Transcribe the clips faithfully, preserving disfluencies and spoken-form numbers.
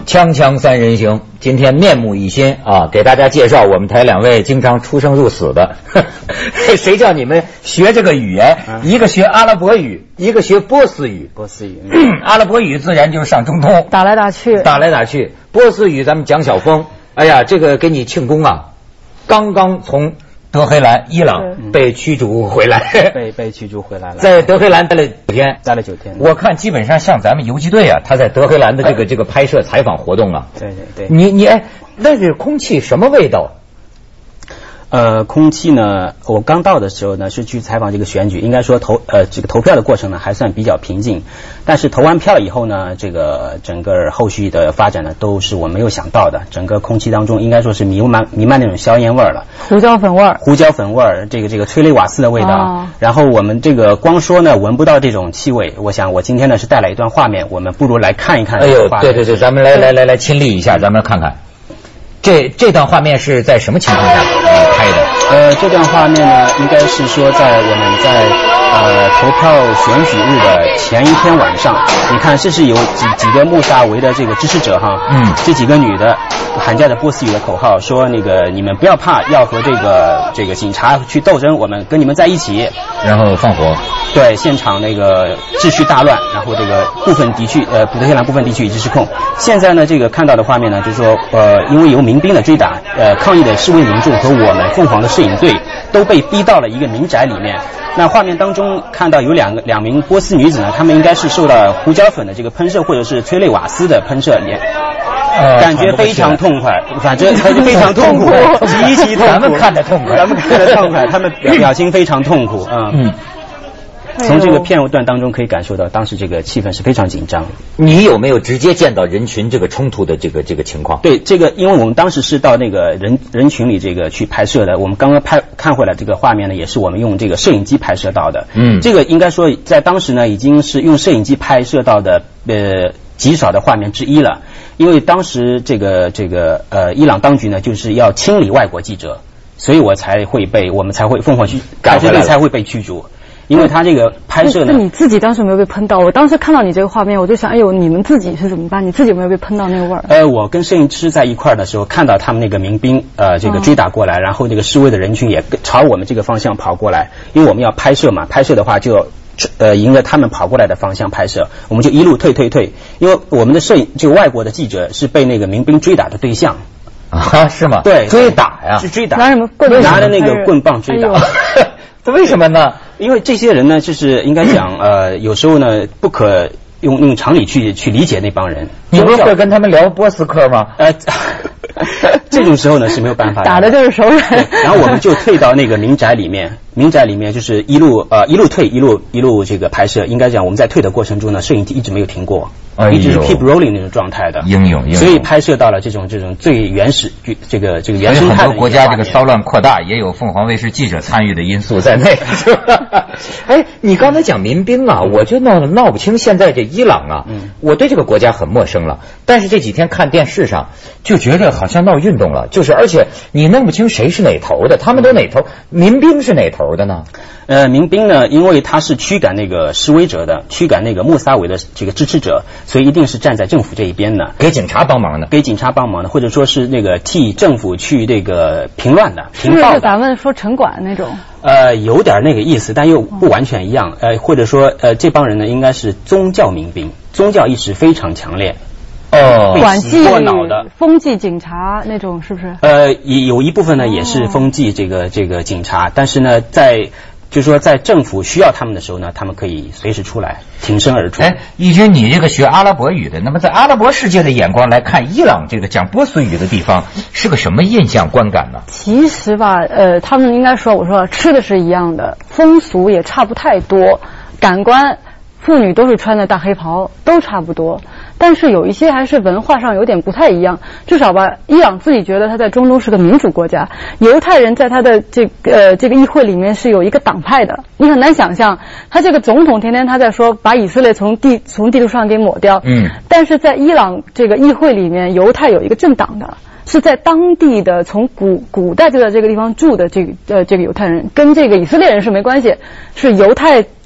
锵锵三人行，今天面目一新啊，给大家介绍我们台两位经常出生入死的。谁叫你们学这个语言？啊、一个学阿拉伯语，一个学波斯语。 波斯语，嗯、 阿拉伯语自然就是上中东， 打来打去， 打来打去。波斯语咱们讲小峰，哎呀，这个给你庆功啊，刚刚从德黑兰、伊朗被驱逐回来， 被被驱逐回来了， 在德黑兰待了九天， 待了九天。 我看基本上像咱们游击队啊，他在德黑兰的这个这个拍摄采访活动啊， 对对对， 你你哎，那是空气什么味道？ 呃，空气呢，我刚到的时候呢是去采访这个选举，应该说投呃这个投票的过程呢还算比较平静，但是投完票以后呢，这个整个后续的发展呢都是我没有想到的，整个空气当中应该说是弥漫弥漫那种硝烟味儿了， 胡椒粉味儿， 胡椒粉味儿，这个这个催泪瓦斯的味道。哦、然后我们这个光说呢闻不到这种气味，我想我今天呢是带来一段画面，我们不如来看一看。 哎呦，对对对，咱们来来来来亲历一下，咱们看看。这这段画面是在什么情况下拍的？ 呃，这段画面呢，应该是说在我们在呃投票选举日的前一天晚上，你看这是有几几个穆萨维的这个支持者哈，嗯，这几个女的喊叫着波斯语的口号，说那个你们不要怕，要和这个这个警察去斗争，我们跟你们在一起， 然后放火， 对，现场那个秩序大乱，然后这个部分地区呃德黑兰部分地区一直失控。现在呢，这个看到的画面呢，就是说呃因为有民兵的追打，呃抗议的示威民众和我们凤凰的摄影队都被逼到了一个民宅里面。那画面当中看到有两个两名波斯女子呢，她们应该是受到胡椒粉的这个喷射或者是催泪瓦斯的喷射，呃、感觉非常痛快，反正非常痛苦，极其痛苦。 咱们看得痛快， 咱们看得痛快，他们表情非常痛苦啊。嗯。从这个片段当中可以感受到，当时这个气氛是非常紧张。 你有没有直接见到人群这个冲突的这个这个情况？ 对，这个因为我们当时是到那个人人群里这个去拍摄的，我们刚刚拍看回来这个画面呢，也是我们用这个摄影机拍摄到的。嗯，这个应该说在当时呢，已经是用摄影机拍摄到的呃极少的画面之一了。因为当时这个这个呃伊朗当局呢，就是要清理外国记者，所以我才会被我们才会凤凰去赶回来才会被驱逐。因为他这个拍摄呢， 那你自己当时有没有被喷到？我当时看到你这个画面，我就想，哎呦，你们自己是怎么办？你自己有没有被喷到那个味儿？ 呃，我跟摄影师在一块儿的时候，看到他们那个民兵呃这个追打过来，嗯、然后这个示威的人群也朝我们这个方向跑过来，因为我们要拍摄嘛，拍摄的话就呃迎着他们跑过来的方向拍摄，我们就一路退退退，因为我们的摄影这个外国的记者是被那个民兵追打的对象。 啊，是吗？ 对， 追打呀， 是追打， 拿什么棍？ 拿着那个棍棒追打。 这为什么呢？ 因为这些人呢，就是应该讲，呃，有时候呢，不可用用常理去去理解那帮人。 你不是会跟他们聊波斯科吗？ 呃，这种时候呢是没有办法的， 打的就是熟人。 然后我们就退到那个民宅里面，民宅里面就是一路呃一路退一路一路这个拍摄。应该讲我们在退的过程中呢，摄影机一直没有停过。 哎、 一直是 keep rolling 那种状态的， 英勇英勇， 所以拍摄到了这种这种最原始这个这个原生态的。 很多国家这个骚乱扩大，也有凤凰卫视记者参与的因素在内，是吧？哎，你刚才讲民兵啊，我就闹闹不清现在这伊朗啊，嗯、我对这个国家很陌生了，但是这几天看电视上就觉得好像闹运动了，就是而且你弄不清谁是哪头的，他们都哪头？民兵是哪头的呢？ 呃，民兵呢，因为他是驱赶那个示威者的，驱赶那个穆萨维的这个支持者，所以一定是站在政府这一边的， 给警察帮忙的， 给警察帮忙的，或者说是那个替政府去这个平乱的、平暴的。 是不是咱们说城管那种？ 呃，有点那个意思，但又不完全一样。呃，或者说呃，这帮人呢，应该是宗教民兵，宗教意识非常强烈。 哦， 管纪过脑的风纪警察那种是不是？ 呃，有一部分呢也是风纪这个这个警察，但是呢，在就是说在政府需要他们的时候呢，他们可以随时出来挺身而出。 哎，义军，你这个学阿拉伯语的，那么在阿拉伯世界的眼光来看，伊朗这个讲波斯语的地方是个什么印象观感呢？ 其实吧，呃，他们应该说，我说吃的是一样的，风俗也差不太多，感官妇女都是穿的大黑袍，都差不多。但是有一些还是文化上有点不太一样，至少吧，伊朗自己觉得他在中东是个民主国家，犹太人在他的这个呃这个议会里面是有一个党派的，你很难想象，他这个总统天天他在说把以色列从地从地图上给抹掉，嗯，但是在伊朗这个议会里面，犹太有一个政党的。是在当地的从古古代就在这个地方住的这个呃这个犹太人，跟这个以色列人是没关系，是犹太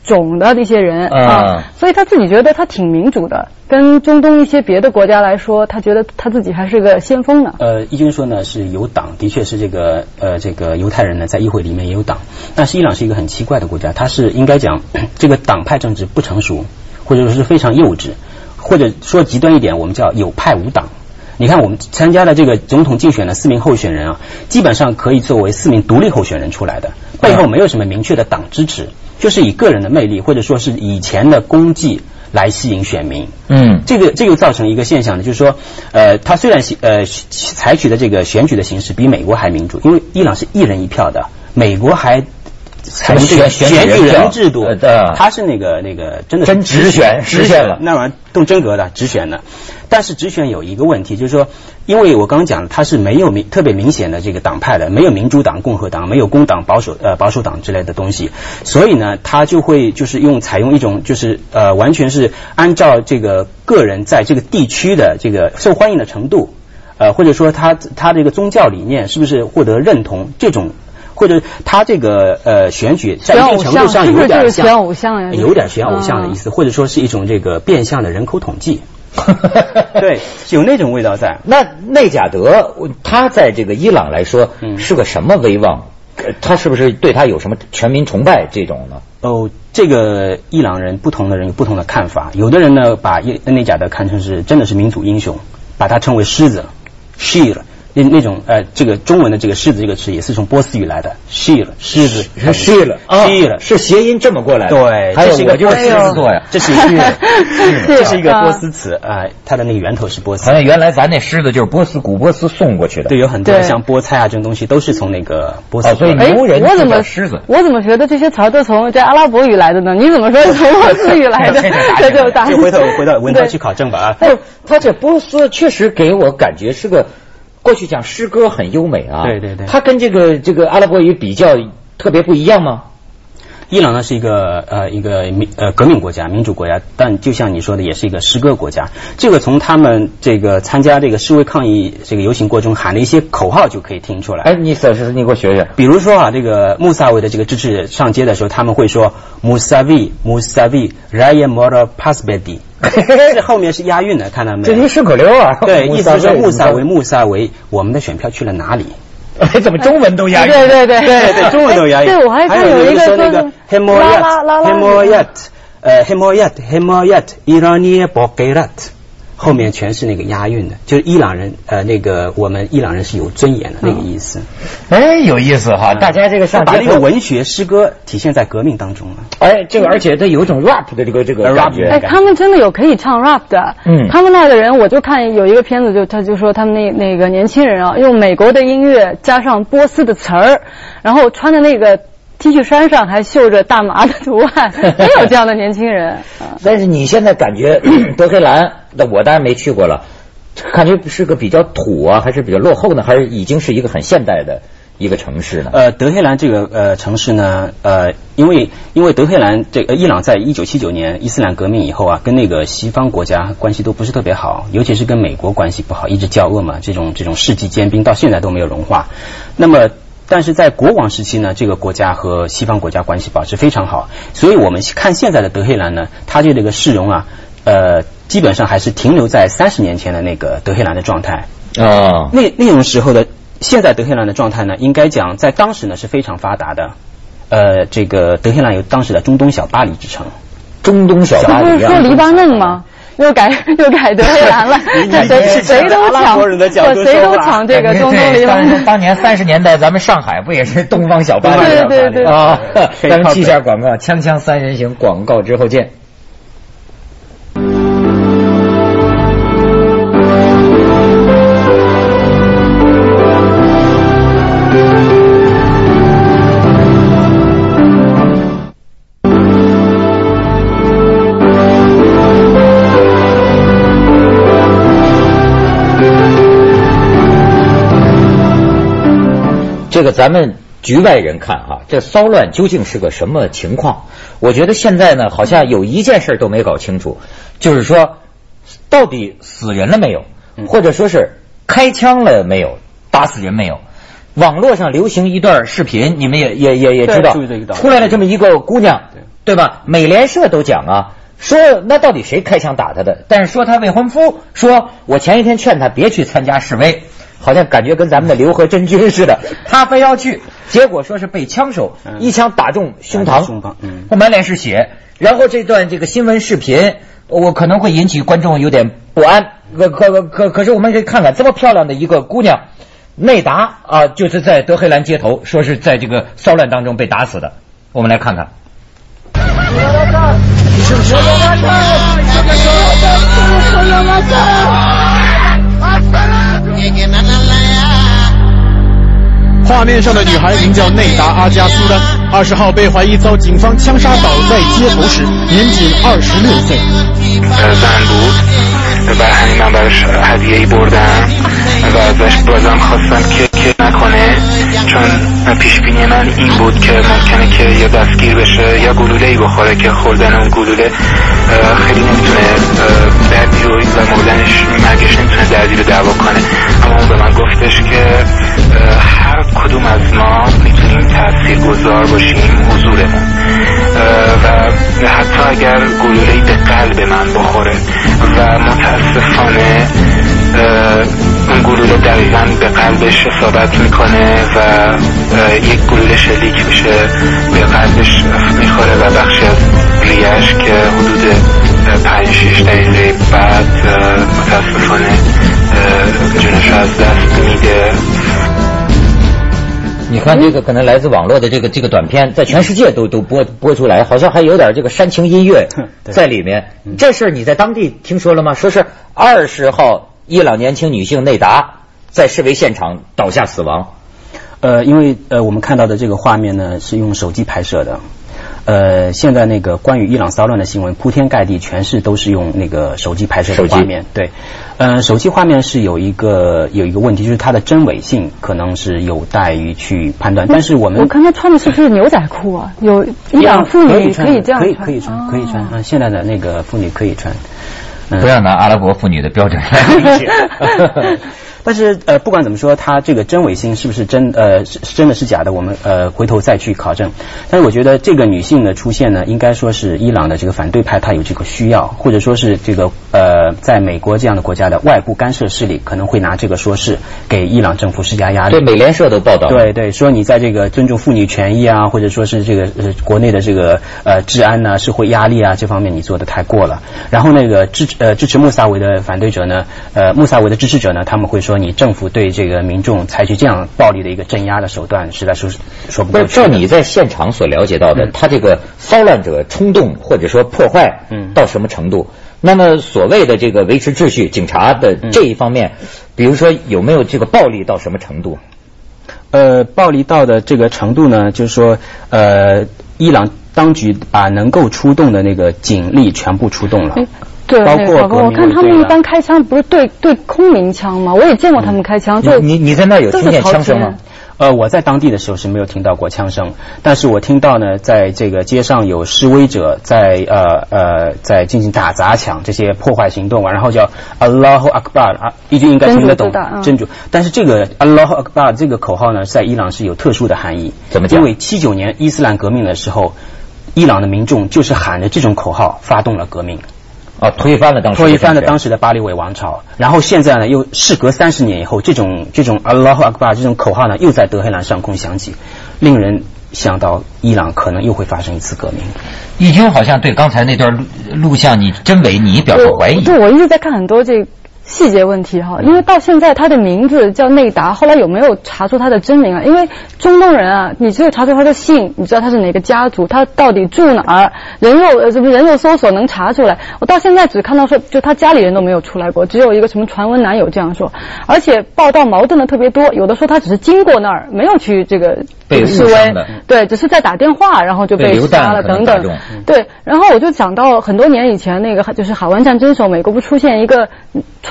种的那些人啊， 啊，所以他自己觉得他挺民主的，跟中东一些别的国家来说，他觉得他自己还是个先锋呢。 呃，义军说呢是有党，的确是这个呃这个犹太人呢在议会里面也有党，但是伊朗是一个很奇怪的国家，它是应该讲这个党派政治不成熟，或者说是非常幼稚，或者说极端一点，我们叫有派无党。你看我们参加的这个总统竞选的四名候选人啊，基本上可以作为四名独立候选人出来的，背后没有什么明确的党支持，就是以个人的魅力或者说是以前的功绩来吸引选民。 嗯， 这个这个造成一个现象呢，就是说，呃，他虽然呃采取的这个选举的形式比美国还民主，因为伊朗是一人一票的，美国还采用这个选举人制度，他是那个那个真的真直选实现了， 那玩意儿动真格的直选的。但是直选有一个问题，就是说，因为我刚刚讲了，它是没有明特别明显的这个党派的，没有民主党、共和党，没有工党、保守呃保守党之类的东西，所以呢，它就会就是用采用一种就是呃完全是按照这个个人在这个地区的这个受欢迎的程度，呃或者说他他这个宗教理念是不是获得认同这种。或者他这个呃选举在一定程度上有点像选偶像呀， 有点选偶像的意思，或者说是一种这个变相的人口统计。对，有那种味道在。 那内贾德他在这个伊朗来说是个什么威望？嗯、他是不是对他有什么全民崇拜这种呢？ 哦，这个伊朗人不同的人有不同的看法。有的人呢把内贾德看成是真的是民族英雄，把他称为狮子 ，Shir。那那种呃，这个中文的这个狮子这个词也是从波斯语来的 ，shir 狮子是 shir shir 是谐音这么过来的。 对， 还有我就是狮子座呀， 这是一个这是一个波斯词啊，它的那个源头是波斯。 好像原来咱那狮子就是波斯古波斯送过去的。 对，有很多像菠菜啊这种东西都是从那个波斯。 哦，所以牛人我怎么狮子？ 我怎么觉得这些词儿都从这阿拉伯语来的呢？你怎么说从波斯语来的？这就打就回头回到文章去考证吧啊。 哎，他这波斯确实给我感觉是个。过去讲诗歌很优美啊， 对对对， 它跟这个这个阿拉伯语比较特别不一样吗？ 伊朗呢是一个呃一个民呃革命国家、民主国家，但就像你说的，也是一个诗歌国家。这个从他们这个参加这个示威抗议这个游行过程中喊的一些口号就可以听出来。 哎，你说是你给我学学。 比如说啊，这个穆萨维的这个支持上街的时候，他们会说穆萨维穆萨维 Raya Mora Pasbedi。这后面是押韵的，看到没有？ 这是顺口溜啊！ 对，意思是说穆萨维，穆萨维，我们的选票去了哪里？ 哎，怎么中文都押韵？ 对对对对对，中文都押韵。 对，我还看有一个那个 Hemoyat，Hemoyat， 呃 ，Hemoyat，Hemoyat Iraniye Bogerat， 后面全是那个押韵的，就是伊朗人呃那个我们伊朗人是有尊严的那个意思。 哎，有意思哈！大家这个上把那个文学诗歌体现在革命当中了。 哎，这个而且它有一种 rap 的这个这个感觉。 哎，他们真的有可以唱 rap 的。嗯，他们那个人，我就看有一个片子，就他就说他们那那个年轻人啊，用美国的音乐加上波斯的词儿，然后穿的那个 T 恤衫上还绣着大麻的图案，也有这样的年轻人。 但是你现在感觉德黑兰，那我当然没去过了，感觉是个比较土啊，还是比较落后呢，还是已经是一个很现代的一个城市呢？ 呃，德黑兰这个呃城市呢，呃，因为因为德黑兰这个伊朗在一九七九年伊斯兰革命以后啊，跟那个西方国家关系都不是特别好，尤其是跟美国关系不好，一直交恶嘛，这种这种世纪坚冰到现在都没有融化。那么但是在国王时期呢，这个国家和西方国家关系保持非常好，所以我们看现在的德黑兰呢，它就这个市容啊，呃，基本上还是停留在三十年前的那个德黑兰的状态啊、哦。那那种时候的，现在德黑兰的状态呢，应该讲在当时呢是非常发达的。呃，这个德黑兰有当时的中东小巴黎之称。 中东小巴黎， 不是说黎巴嫩吗？又改又改德黑兰了，谁谁都抢，谁都抢这个中东黎巴嫩。 当年三十年代，咱们上海不也是东方小巴黎？ 对对对啊！咱们记一下广告，锵锵三人行，广告之后见。这个咱们局外人看啊，这骚乱究竟是个什么情况？我觉得现在呢，好像有一件事都没搞清楚，就是说，到底死人了没有，或者说是开枪了没有，打死人没有？网络上流行一段视频，你们也也也也知道，出来了这么一个姑娘， 对吧？美联社都讲啊，说那到底谁开枪打他的？但是说他未婚夫说，我前一天劝他别去参加示威，好像感觉跟咱们的刘和珍君似的，他非要去，结果说是被枪手一枪打中胸膛， 胸膛，嗯， 满脸是血。然后这段这个新闻视频，我可能会引起观众有点不安。可可可可是我们可以看看这么漂亮的一个姑娘。内达啊，就是在德黑兰街头，说是在这个骚乱当中被打死的。我们来看看。 画面上的女孩名叫内达阿加苏丹，二十号被怀疑遭警方枪杀倒在街头时，年仅二十六岁。 و همین من براش هدیه‌ای بردم و ازش بازم خواستم که که نکنه، چون پیش بینی من این بود که ممکنه که یا دستگیر بشه یا گلوله‌ای بخوره که خوردن اون گلوله خیلی نمیتونه دردی رو و مردنش مرگش نمیتونه دردی رو دعوا کنه. اما اون به من گفتش که هر کدوم از ما میتونیم تاثیرگذار باشیم حضورمون و حتی اگر گلوله‌ای به قلب من بخوره و متاسفانه اون گلوله دقیقاً به قلبش اصابت میکنه و یک گلوله شلیک میشه به قلبش میخوره و بخشی از ریش که حدود پنج شش دقیقه بعد متاسفانه جونش از دست میده. 你看这个可能来自网络的这个这个短片，在全世界都都播播出来，好像还有点这个煽情音乐在里面。这事你在当地听说了吗？说是二十号伊朗年轻女性内达在示威现场倒下死亡。 呃，因为呃我们看到的这个画面呢是用手机拍摄的。呃，现在那个关于伊朗骚乱的新闻铺天盖地，全是都是用那个手机拍摄的画面。对，呃，手机画面是有一个有一个问题，就是它的真伪性可能是有待于去判断。但是我们我看他穿的是不是牛仔裤啊？有伊朗妇女可以这样穿， 可以可以穿，可以穿。嗯，现在的那个妇女可以穿。 嗯、不要拿阿拉伯妇女的标准来理解。 但是呃，不管怎么说，它这个真伪性是不是真呃是真的是假的，我们呃回头再去考证。但是我觉得这个女性的出现呢，应该说是伊朗的这个反对派他有这个需要，或者说是这个呃在美国这样的国家的外部干涉势力可能会拿这个说事给伊朗政府施加压力。 对，美联社都报道。 对对，说你在这个尊重妇女权益啊，或者说是这个呃国内的这个呃治安呢、社会压力啊这方面你做的太过了。然后那个支呃支持穆萨维的反对者呢，呃穆萨维的支持者呢，他们会说。你政府对这个民众采取这样暴力的一个镇压的手段，实在是说不过去。 照你在现场所了解到的，嗯、他这个骚乱者冲动或者说破坏，嗯，到什么程度？那么所谓的这个维持秩序，警察的这一方面，嗯、比如说有没有这个暴力到什么程度？ 呃，暴力到的这个程度呢，就是说，呃，伊朗当局把能够出动的那个警力全部出动了。嗯对，包括老公，我看他们一般开枪不是对对空鸣枪吗？我也见过他们开枪，就你你在那有听见枪声吗？ 呃，我在当地的时候是没有听到过枪声，但是我听到呢，在这个街上有示威者在呃呃在进行打砸抢这些破坏行动，然后叫 Allahu Akbar 啊，一句应该听得懂，真主。但是这个 Allahu Akbar 这个口号呢，在伊朗是有特殊的含义。 怎么讲？ 因为七九年伊斯兰革命的时候，伊朗的民众就是喊着这种口号发动了革命。 啊，推翻了当时推翻了当时的巴列维王朝，然后现在呢，又事隔三十年以后，这种这种 Allahu Akbar 这种口号呢，又在德黑兰上空响起，令人想到伊朗可能又会发生一次革命。 义军好像对刚才那段录录像你真伪你表示怀疑。 对，我一直在看很多这细节问题哈，因为到现在他的名字叫内达，后来有没有查出他的真名啊？因为中东人啊，你只有查出他的姓，你知道他是哪个家族，他到底住哪儿，人肉呃什么人肉搜索能查出来。我到现在只看到说，就他家里人都没有出来过，只有一个什么传闻男友这样说，而且报道矛盾的特别多，有的说他只是经过那儿，没有去这个被示威，对，只是在打电话，然后就被杀了等等。对，然后我就讲到很多年以前那个就是海湾战争时候，美国不出现一个传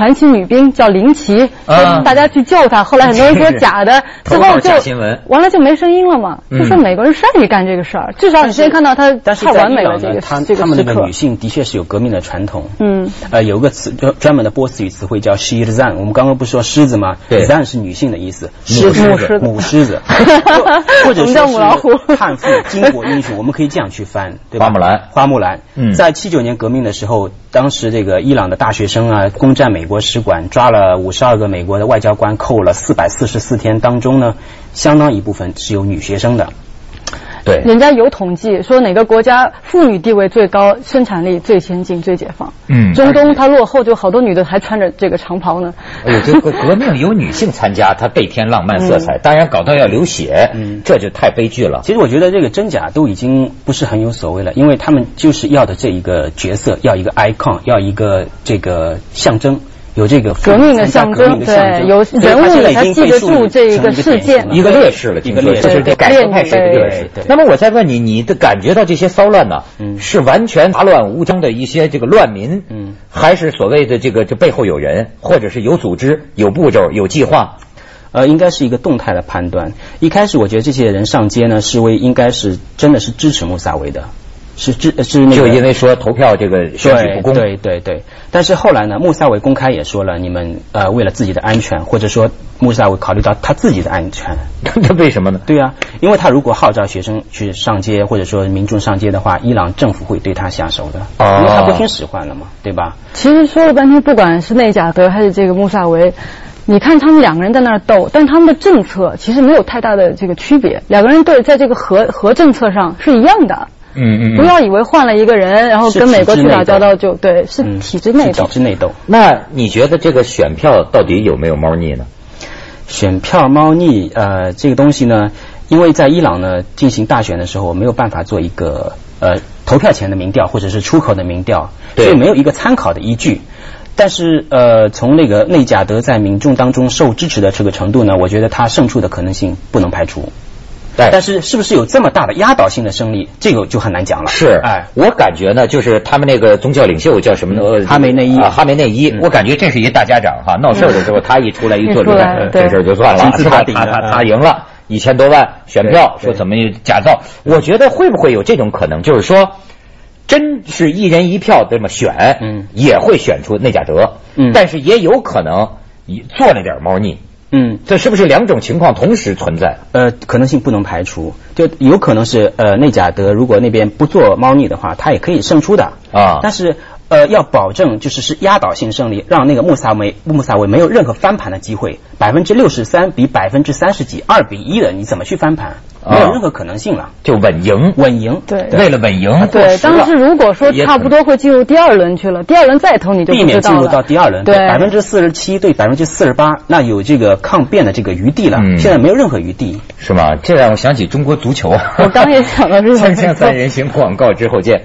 传奇女兵叫林奇， 啊， 大家去救她，后来很多人说假的，之后就新闻完了就没声音了嘛。就说美国人善于干这个事儿，至少你先看到他太完美了这个这个他们那个女性的确是有革命的传统。 嗯， 呃，有个词专门的波斯语词汇叫 she zan， 我们刚刚不是说狮子吗？ 对 ，zan 是女性的意思， 狮子母狮子，或者说是汉妇巾帼英雄，我们可以这样去翻，对吧？ 花木兰， 花木兰。 嗯， 在七九年革命的时候，当时这个伊朗的大学生啊，攻占美国使馆，抓了五十二个美国的外交官，扣了四百四十四天，当中呢，相当一部分是有女学生的。 对， 人家有统计说哪个国家妇女地位最高，生产力最先进、最解放。 嗯， 中东它落后，就好多女的还穿着这个长袍呢。 哎呦，这个革命有女性参加，它倍添浪漫色彩。嗯、当然，搞到要流血，嗯，这就太悲剧了。 其实我觉得这个真假都已经不是很有所谓了，因为他们就是要的这一个角色，要一个 icon， 要一个这个象征。有这个革命的象征，对，有人物他记得住这一个事件， 一个烈士了， 一个烈士， 就是这改革派谁的烈士。那么我再问你，你的感觉到这些骚乱呢？嗯，是完全杂乱无章的一些这个乱民，嗯，还是所谓的这个这背后有人，或者是有组织、有步骤、有计划？ 呃，应该是一个动态的判断。一开始我觉得这些人上街呢示威，应该是真的是支持穆萨维的。是支是那个， 就因为说投票这个选举不公， 对对对。但是后来呢，穆萨维公开也说了，你们呃为了自己的安全，或者说穆萨维考虑到他自己的安全， 这为什么呢？ 对啊，因为他如果号召学生去上街，或者说民众上街的话，伊朗政府会对他下手的，哦、因为他不听使唤了嘛，对吧？ 其实说了半天，不管是内贾德还是这个穆萨维。你看他们两个人在那儿斗，但他们的政策其实没有太大的这个区别，两个人对在这个核核政策上是一样的。 嗯嗯， 不要以为换了一个人，然后跟美国去打交道就对，是体制内斗。 体制内斗。 那你觉得这个选票到底有没有猫腻呢？ 选票猫腻，呃，这个东西呢，因为在伊朗呢进行大选的时候，没有办法做一个呃投票前的民调或者是出口的民调，所以没有一个参考的依据。但是呃，从那个内贾德在民众当中受支持的这个程度呢，我觉得他胜出的可能性不能排除。但是是不是有这么大的压倒性的胜利，这个就很难讲了。 是，哎，我感觉呢，就是他们那个宗教领袖叫什么呢？ 嗯、哈梅内伊啊，哈梅内伊、嗯，我感觉这是一大家长哈，闹事的时候他一出来一做出来，这事儿就算了，他他他他赢了一千多万选票，说怎么假造？我觉得会不会有这种可能，就是说，真是一人一票这么选，嗯，也会选出内贾德，嗯，但是也有可能做了点猫腻。嗯，这是不是两种情况同时存在？ 呃，可能性不能排除，就有可能是呃内贾德如果那边不做猫腻的话，他也可以胜出的啊。但是呃要保证就是是压倒性胜利，让那个穆萨维穆萨维没有任何翻盘的机会，百分之六十三比百分之三十几，二比一的，你怎么去翻盘？没有任何可能性了， 就稳赢， 稳赢。 对， 为了稳赢， 对。当时如果说差不多会进入第二轮去了，第二轮再投你就不知道了。 避免进入到第二轮， 对， 百分之四十七对百分之四十八，那有这个抗辩的这个余地了。嗯，现在没有任何余地， 是吗？这让我想起中国足球啊。 我刚也想到这个。 锵锵三人行，广告之后见。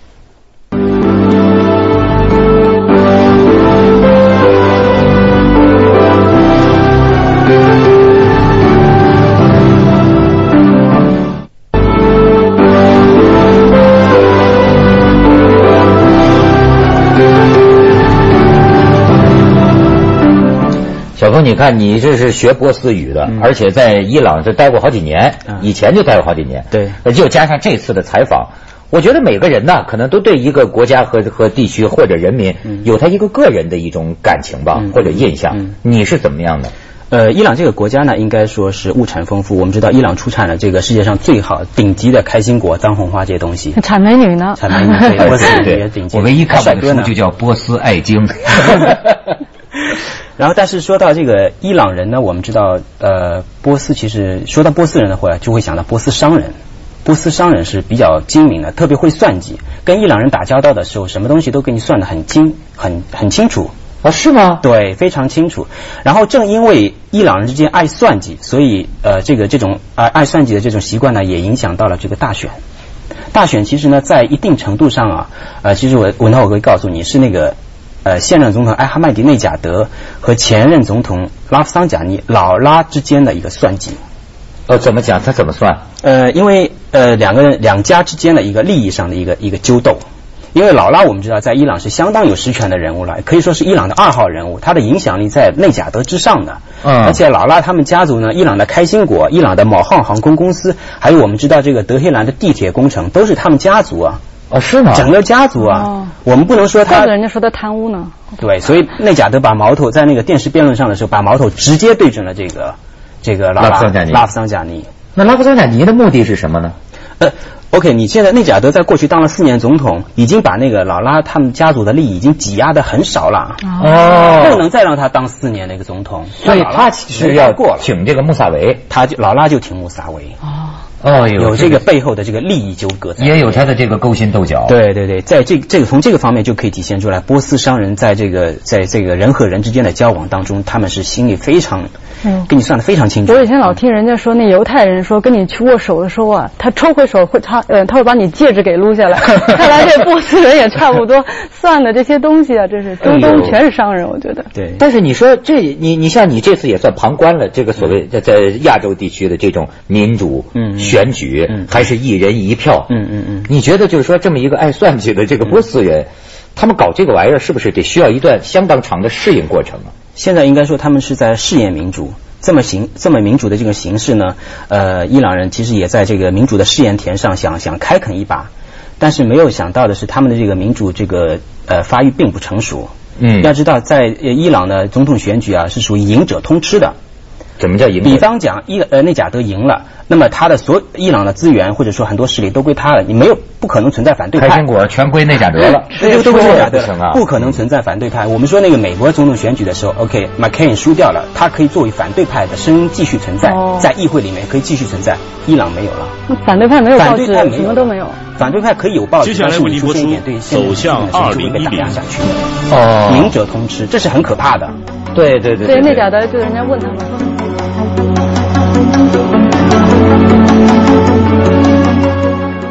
小峰，你看你这是学波斯语的，嗯、而且在伊朗这待过好几年，嗯、以前就待过好几年。 对， 就加上这次的采访，我觉得每个人呢，可能都对一个国家和和地区或者人民有他一个个人的一种感情吧，嗯、或者印象。嗯、你是怎么样的？ 呃，伊朗这个国家呢，应该说是物产丰富。我们知道，伊朗出产了这个世界上最好顶级的开心果、藏红花这些东西。 产美女呢？ 产美女，对，波斯也顶级。 我唯一看过的书就叫《波斯爱经》。 然后，但是说到这个伊朗人呢，我们知道，呃，波斯其实说到波斯人的话，就会想到波斯商人。波斯商人是比较精明的，特别会算计。跟伊朗人打交道的时候，什么东西都给你算得很精、很很清楚。 啊，是吗？ 对，非常清楚。然后正因为伊朗人之间爱算计，所以呃，这个这种爱、呃、爱算计的这种习惯呢，也影响到了这个大选。大选其实呢，在一定程度上啊，呃，其实我我那我会告诉你是那个。呃，现任总统艾哈迈迪内贾德和前任总统拉夫桑贾尼老拉之间的一个算计。 呃，怎么讲？他怎么算？ 呃，因为呃两个人两家之间的一个利益上的一个一个纠斗， 因为老拉我们知道在伊朗是相当有实权的人物了，可以说是伊朗的二号人物，他的影响力在内贾德之上的。嗯，而且老拉他们家族呢，伊朗的开心果、伊朗的某航航空公司，还有我们知道这个德黑兰的地铁工程，都是他们家族啊。 哦，是吗？ 整个家族啊，哦、我们不能说他。 或者人家说他贪污呢。 对，所以内贾德把矛头在那个电视辩论上的时候，把矛头直接对准了这个这个拉拉夫桑贾尼。 拉夫桑贾尼。 那拉夫桑贾尼的目的是什么呢？ 呃 ，OK， 你现在内贾德在过去当了四年总统，已经把那个老拉他们家族的利益已经挤压的很少了。哦，不能再让他当四年那个总统， 所以他是要挺这个穆萨维， 他就老拉就挺穆萨维。 哦。 哦， 有这个背后的这个利益纠葛， 也有他的这个勾心斗角。 对对对，在这这个从这个方面就可以体现出来，波斯商人在这个在这个人和人之间的交往当中，他们是心里非常，嗯，跟你算得非常清楚。 我以前老听人家说，那犹太人说跟你去握手的时候啊，他抽回手会他呃他会把你戒指给撸下来。看来这波斯人也差不多，算的这些东西啊，这是中东全是商人，我觉得。 对。 但是你说这你你像你这次也算旁观了这个所谓在在亚洲地区的这种民主，嗯。选举、嗯、还是一人一票， 嗯嗯嗯， 你觉得就是说这么一个爱算计的这个波斯人，嗯、他们搞这个玩意儿是不是得需要一段相当长的适应过程啊？ 现在应该说他们是在试验民主，这么形这么民主的这个形式呢，呃，伊朗人其实也在这个民主的试验田上想想开垦一把，但是没有想到的是他们的这个民主这个呃发育并不成熟。嗯，要知道在伊朗的总统选举啊是属于赢者通吃的。 怎么叫赢？ 比方讲，伊呃内贾德赢了，那么他的所伊朗的资源或者说很多势力都归他了，你没有不可能存在反对派。 开心果全归内贾德了， 这个都归内贾德了，不可能存在反对派。我们说那个美国总统选举的时候 ，OK，McCain 输掉了，他可以作为反对派的声音继续存在，哦、在议会里面可以继续存在。伊朗没有了， 反对派没有报纸， 反对派没有什么都没有。 反对派可以有报纸， 接下来为您播出《走向二零一零》。 哦，赢者通吃，这是很可怕的。 对对对， 对内贾德就人家问他们。